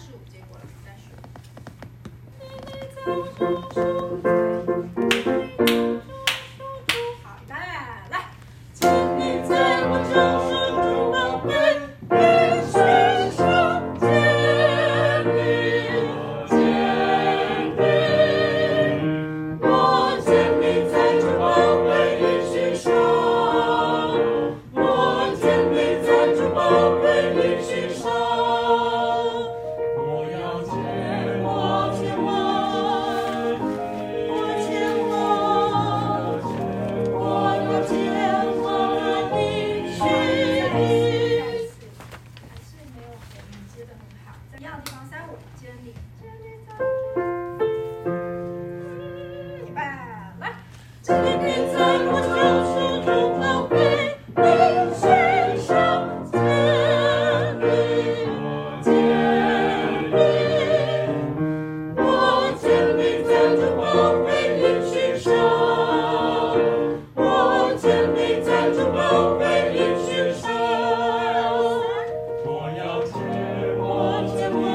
35接过来，35。好，预备，来。请你在我掌声中宝贝，必须上坚定，坚定。我坚定在这宝贝必须上，我坚定在这宝贝必须上。我要前往，前往，我前往，我要前往那应许地。还是没有给你接得很好，在一样的地方，35，坚定，坚定在预备，来，坚定在我救赎中宝贝，必须上坚定，坚定。我坚定在这宝贝必须上，我坚定在这宝贝必须上。我要前往，前往，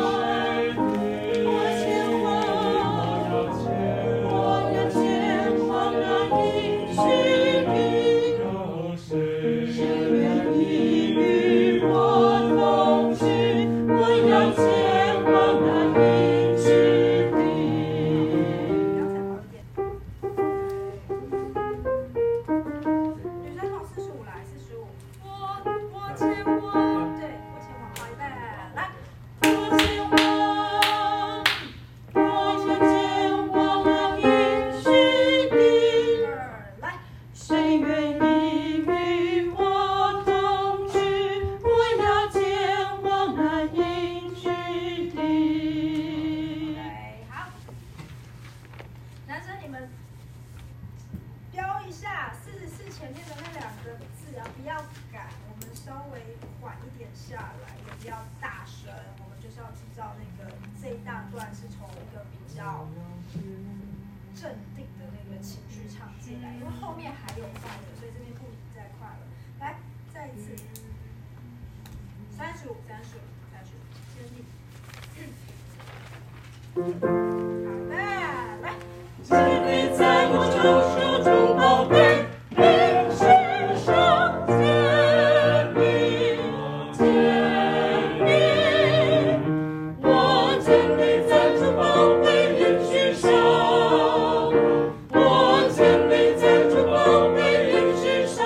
我前往，我要前往那应许地。有谁愿意与我同去？我要前往那应许地。刚才好一点。女生从45来，45。我前往，对，我前往，好，预备，来。我前往，我要前往那应许地。来。谁愿意与我同去？我要前往那应许地。对，好。男生你们标一下44前面的那2个字啊，不要赶，我们稍微缓一点下来，也不要大声，我们就是要制造那个这一大段是从一个比较镇定的那个情绪唱进来，因为后面还有快的，所以这边不宜再快了。来，再一次，35，坚定。好的，来。坚定在我救赎中宝贝，必须上坚定，坚定。我坚定在这宝贝必须上，我坚定在这宝贝必须上。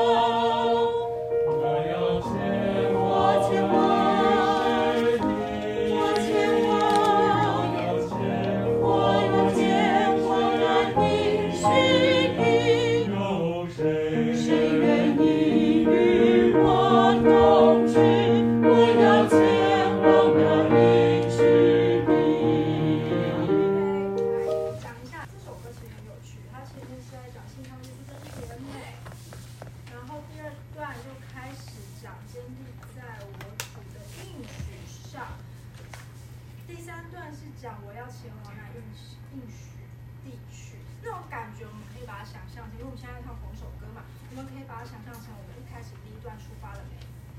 我要前往，前往，我前往，我要前往那应许地。有谁愿意与我同去？我要前往那应许地。讲一下这首歌其实很有趣，它前面是在讲信上耶稣真是甜美，然后第2段就开始讲坚定在我主的应许上，第3段是讲我要前往那应许地去，那种感觉我们可以把它想象成，因为我们现在在唱同一首歌嘛，我们可以把它想象成我们一开始第1段出发了没？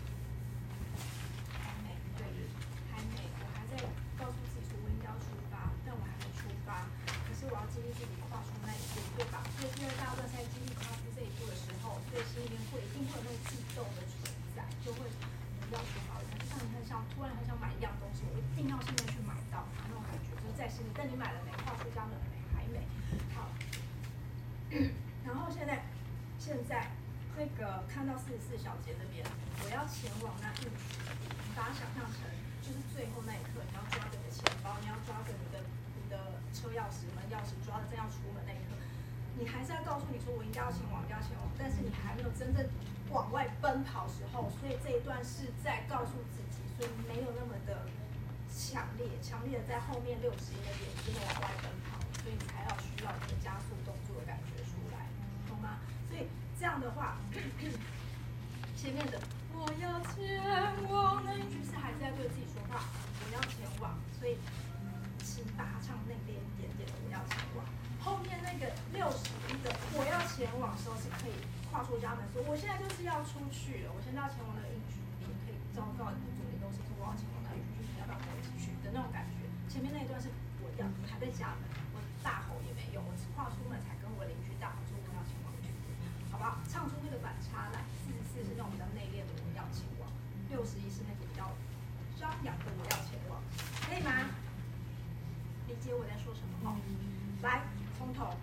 还没，对，还没，我还在告诉自己说我应该要出发，但我还没出发，可是我要激励自己跨出那一步，对吧？所以第2大段在激励跨出这一步的时候，所以心里面一定会有那个悸动的存在，就会要出发了，就像你突然很想买一样东西，我一定要现在去买到它那种感觉，就是在心里。但你买了没？跨出家门了没？还没。好，然后现在那个看到44小节那边，我要前往那应许地，你把它想象成就是最后那一刻，你要抓着你的钱包，你要抓着你的车钥匙、门钥匙，抓着正要出门那一刻，你还是要告诉你说我应该要前往，但是你还没有真正往外奔跑时候，所以这一段是在告诉自己，所以没有那么的强烈的在后面60音的点真的往外奔跑，所以你才需要一个加速动作的感觉出来，懂吗？所以这样的话，前面的我要前往那一句是还是在对自己说话，我要前往，所以请把它唱内敛一点点的我要前往。后面那个61的我要前往的时候是可以跨出家门说我现在就是要出去了，我现在要前往那个应许地，可以昭告你的主领都是说我要前往那个应许地，你要不要跟我一起去？ 家门，我大吼也没用，我跨出门才跟我邻居大吼说我要前往去，好不好？唱出那个反差来。44是那种比较内敛的我要前往，61是那个比较张扬的我要前往，可以吗？理解我在说什么哦？来，从头。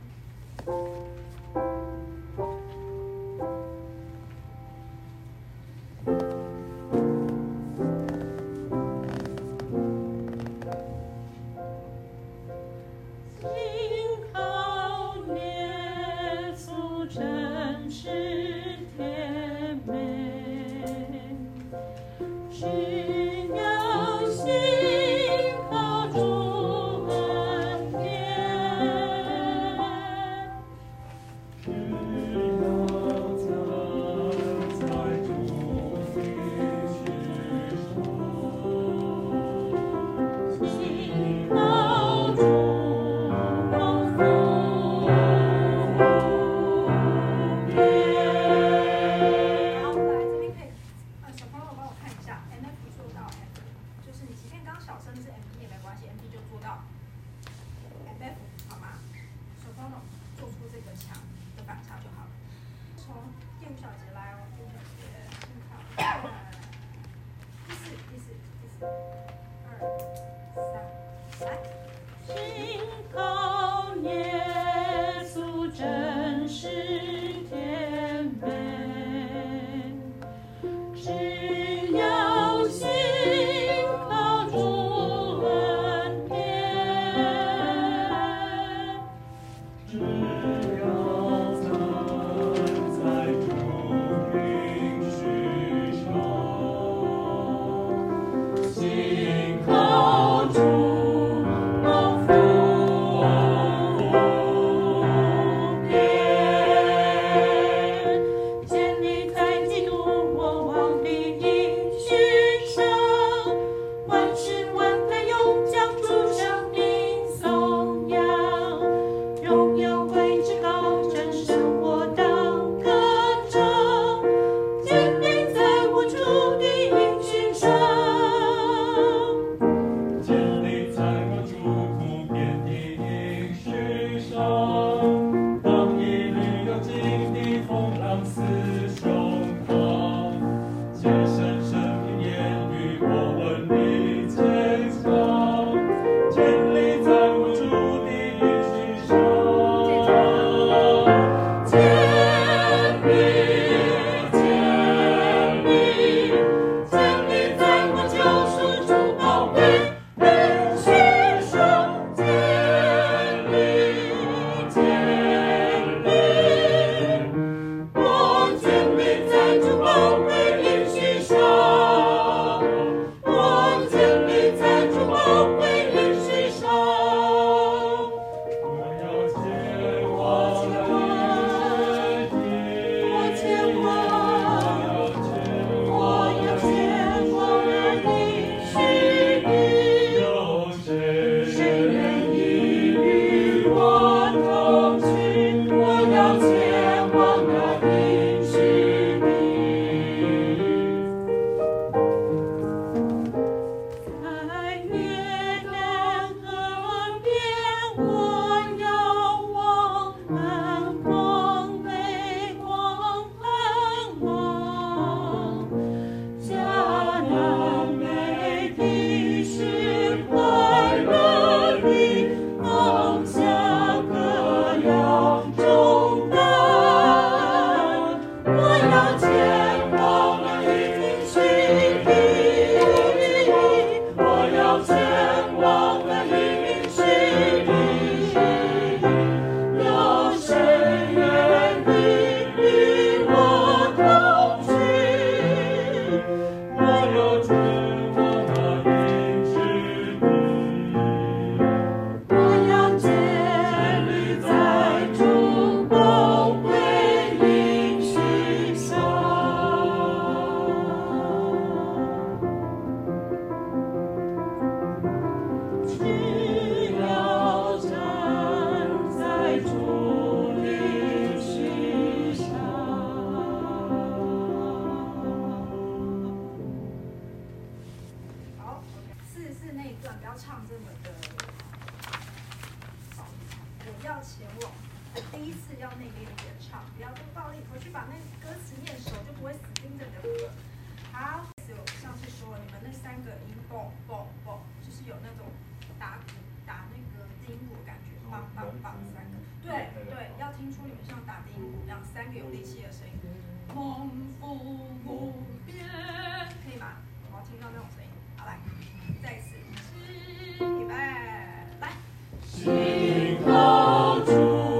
我要前往。第一次要内敛一点唱，不要这么暴力，回去把那歌词念熟，就不会死盯着你的歌。好，有上次说了，你们那3个音蹦蹦蹦，就是有那种打那个低音鼓的感觉，梆梆梆3个。对对，要听出你们像打低音鼓一样3个有力气的声音。梦不不变，可以吗？我要听到那种声音。好，来，再一次，预备，来。心口住。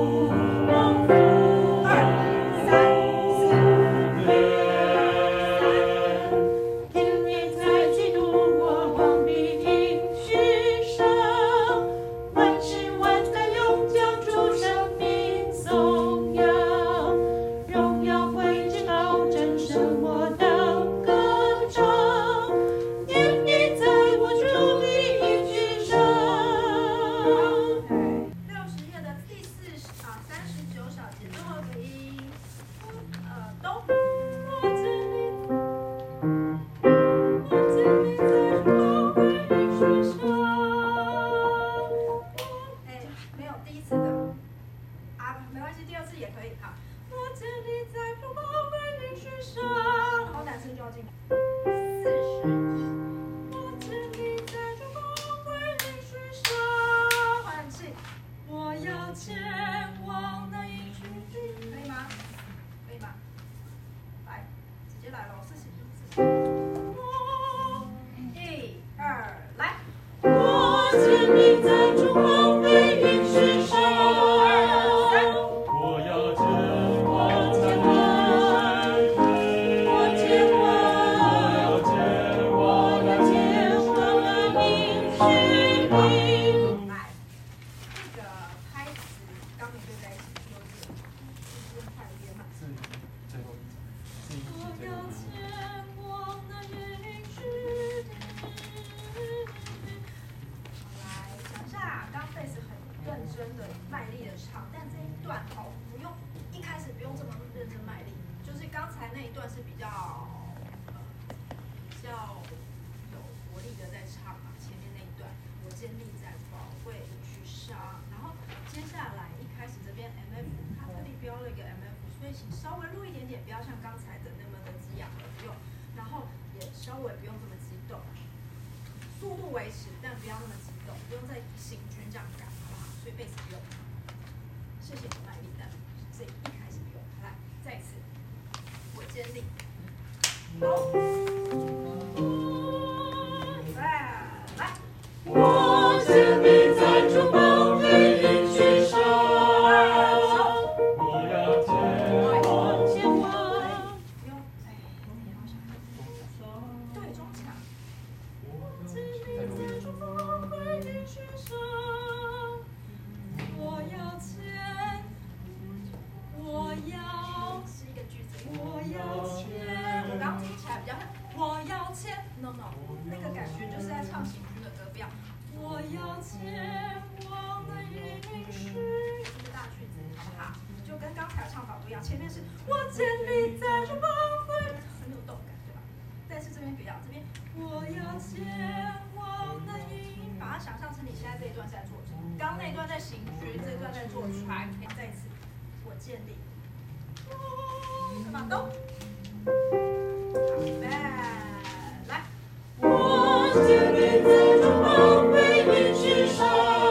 稍微录一点点，不要像刚才的那么的激昂了，不用。然后也稍微不用这么激动，速度维持，但不要那么激动，不用再行军这样赶，好不好？所以贝斯不用。谢谢你卖力，但这一开始不用。来，再一次，我坚定。来，我坚定在主宝贝应许上。那个感觉就是在唱行军的歌调。我要前往那应许，这个大句子，好不好？就跟刚才的唱法不一样，前面是我建立在这宝贵，很有动感，对吧？但是这边不要，这边我要前往那应，把它想象成你现在这一段是在做什么？刚那一段在行军，这一段在做船。再一次，我建立，干嘛动？好，预备。我坚定在主宝贝应许上，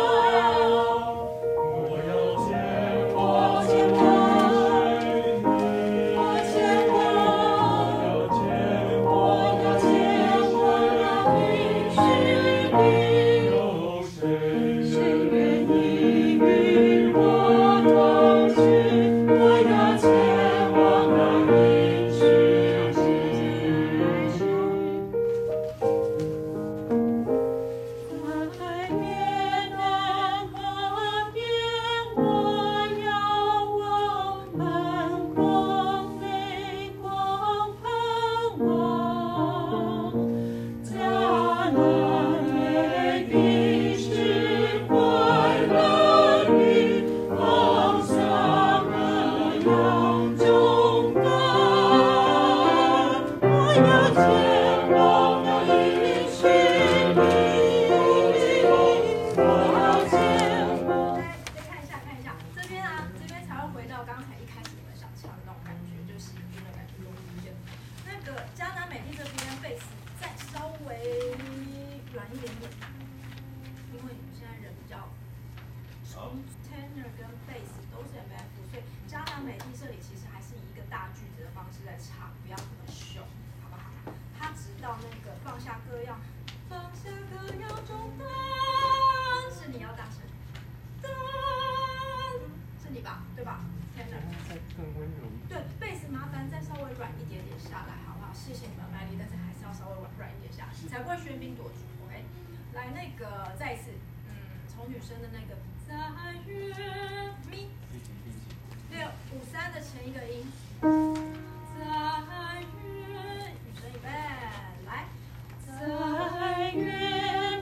我要前往，前往，我前往，我要前往那应许地。有谁愿意与我同去？我要前往那应许地。加拿耶因为你们现在人比较，tenor 跟 bass 都是 MF， 所以江南美地这里其实还是以一个大句子的方式在唱，不要那么凶，好不好？它直到那个放下歌谣，放下歌谣中的是你要大声，是你吧？对吧 ？tenor 更温柔。 对，贝斯麻烦再稍微软一点点下来，好不好？谢谢你们卖力，但是还是要稍微软一点下来，才不会喧宾夺主。OK， 来那个再一次，从女生的那个在月咪653的前一个音，在月，女生预备，来，在月。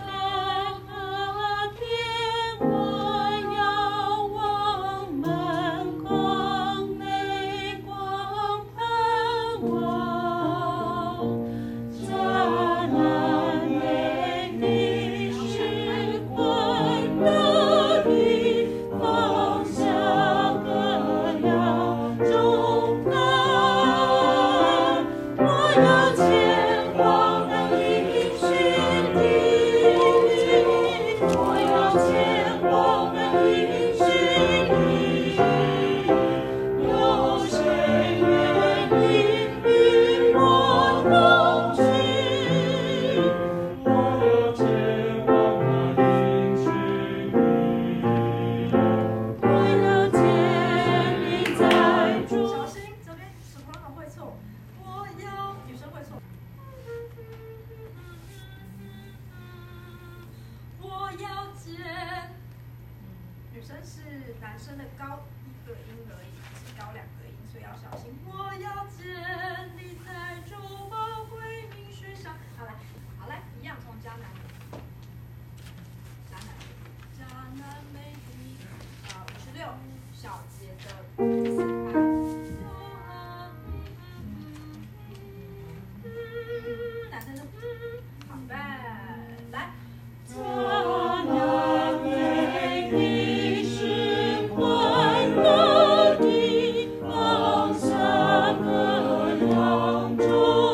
男生的高一个音而已，不是高2个音，所以要小心。我要见你在珠宝辉明雪上。好来，一样从江南美丽56小节的第4拍。男生是好的，来。 放下歌谣中。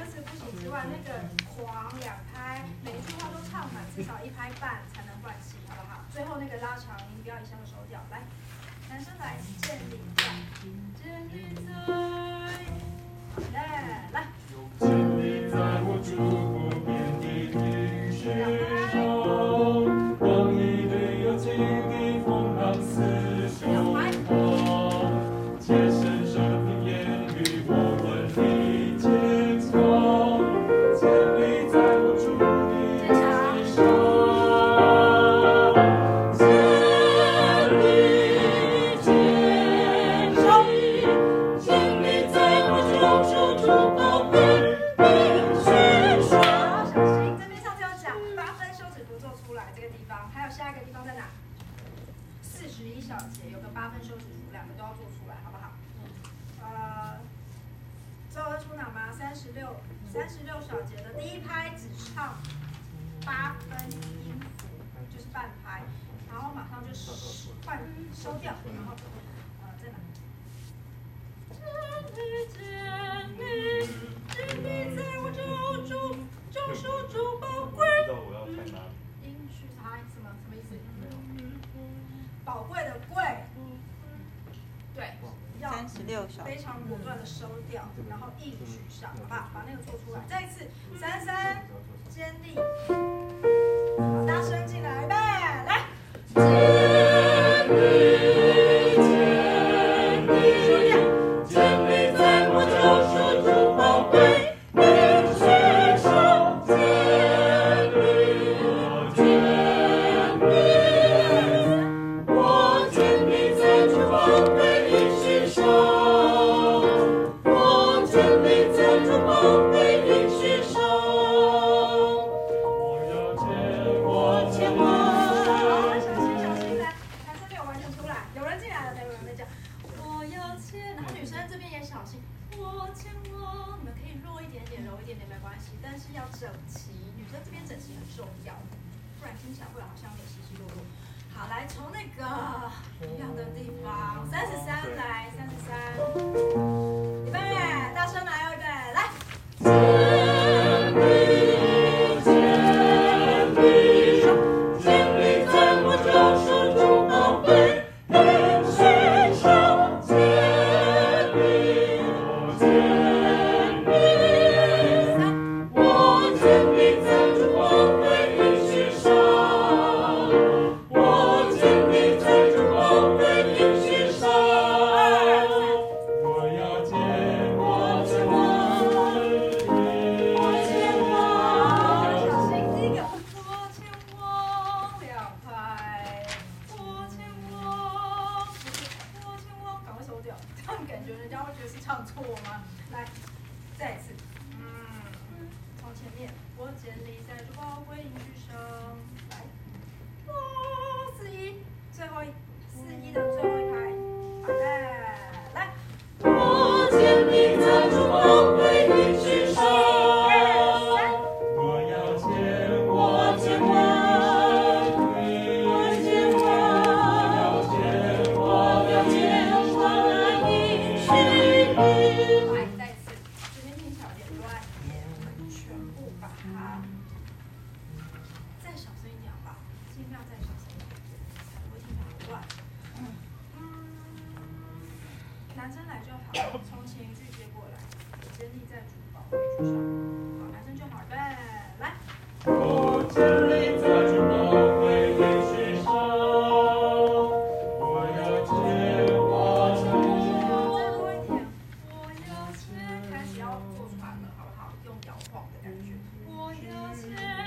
歌词不行之外，那个狂2拍，每一句话都唱满，至少1拍半才能换气，好不好？最后那个拉长音不要一下就收掉。来，男生来，建立在，建立在，来， 建立在我烛火遍地的雪上，让一对有情的风浪四手旁，借伸手的言语我温力坚强，建立在我主的肩上，建立在我救赎主宝贝的身上。 好，小心，这边上次有讲8分休止符做出来这个地方，还有下一个地方在哪？41小节有个8分休止符，2个都要做出来，好不好？最后会出哪吗？36小节的第1拍只唱8分音符，就是半拍，然后马上就换收掉，然后在哪？建立在我救赎主宝贵。 知道我要看哪里？ 音序啥什么意思？宝贵的贵，对，要 36小非常果断的收掉，然后硬续上，好不好？把那个做出来。再一次，33，坚定，好，大声进来，预备，来，建立在我救赎主宝贵的身上，我建立在主宝贵的身上，我建立在主宝贵的身上，我牵我。好，小心来，男生没有完全出来，有人进来了，有人在讲，我要牵，然后女生这边也小心，我牵我，你们可以弱一点点，柔一点点没关系，但是要整齐，女生这边整齐很重要，不然听起来会好像有点稀稀落落。好，来从那个一样的地方，33来，33，预备，大声来，预备，来，建立在我救赎主宝贵的身上，我建立在主宝贵的身上，我建立在主宝贵的身上， 我要见我牵我，小心第一个，我牵我2拍，我牵我，不是我牵我，赶快收掉，这样感觉人家会觉得是唱错吗？来，再一次，从前面，我建立在主宝贵音序上，来，41，最后41的最后1拍，好的，来，我建立在主宝贵音序上。 我要见我牵我，我牵我，我要牵我的音序。来，再次，这边听起来有点乱耶，我们全部把它再小声一点好不好？尽量再小声一点，才不会听起来很乱。男生来就好，从前一句接过来，建立在主宝贵句上。好，男生就好，预备，来。 我建立在主宝贵的身上，我要见我再多一点，我要牵，开始要做出来了，好不好？用摇晃的感觉，我要牵。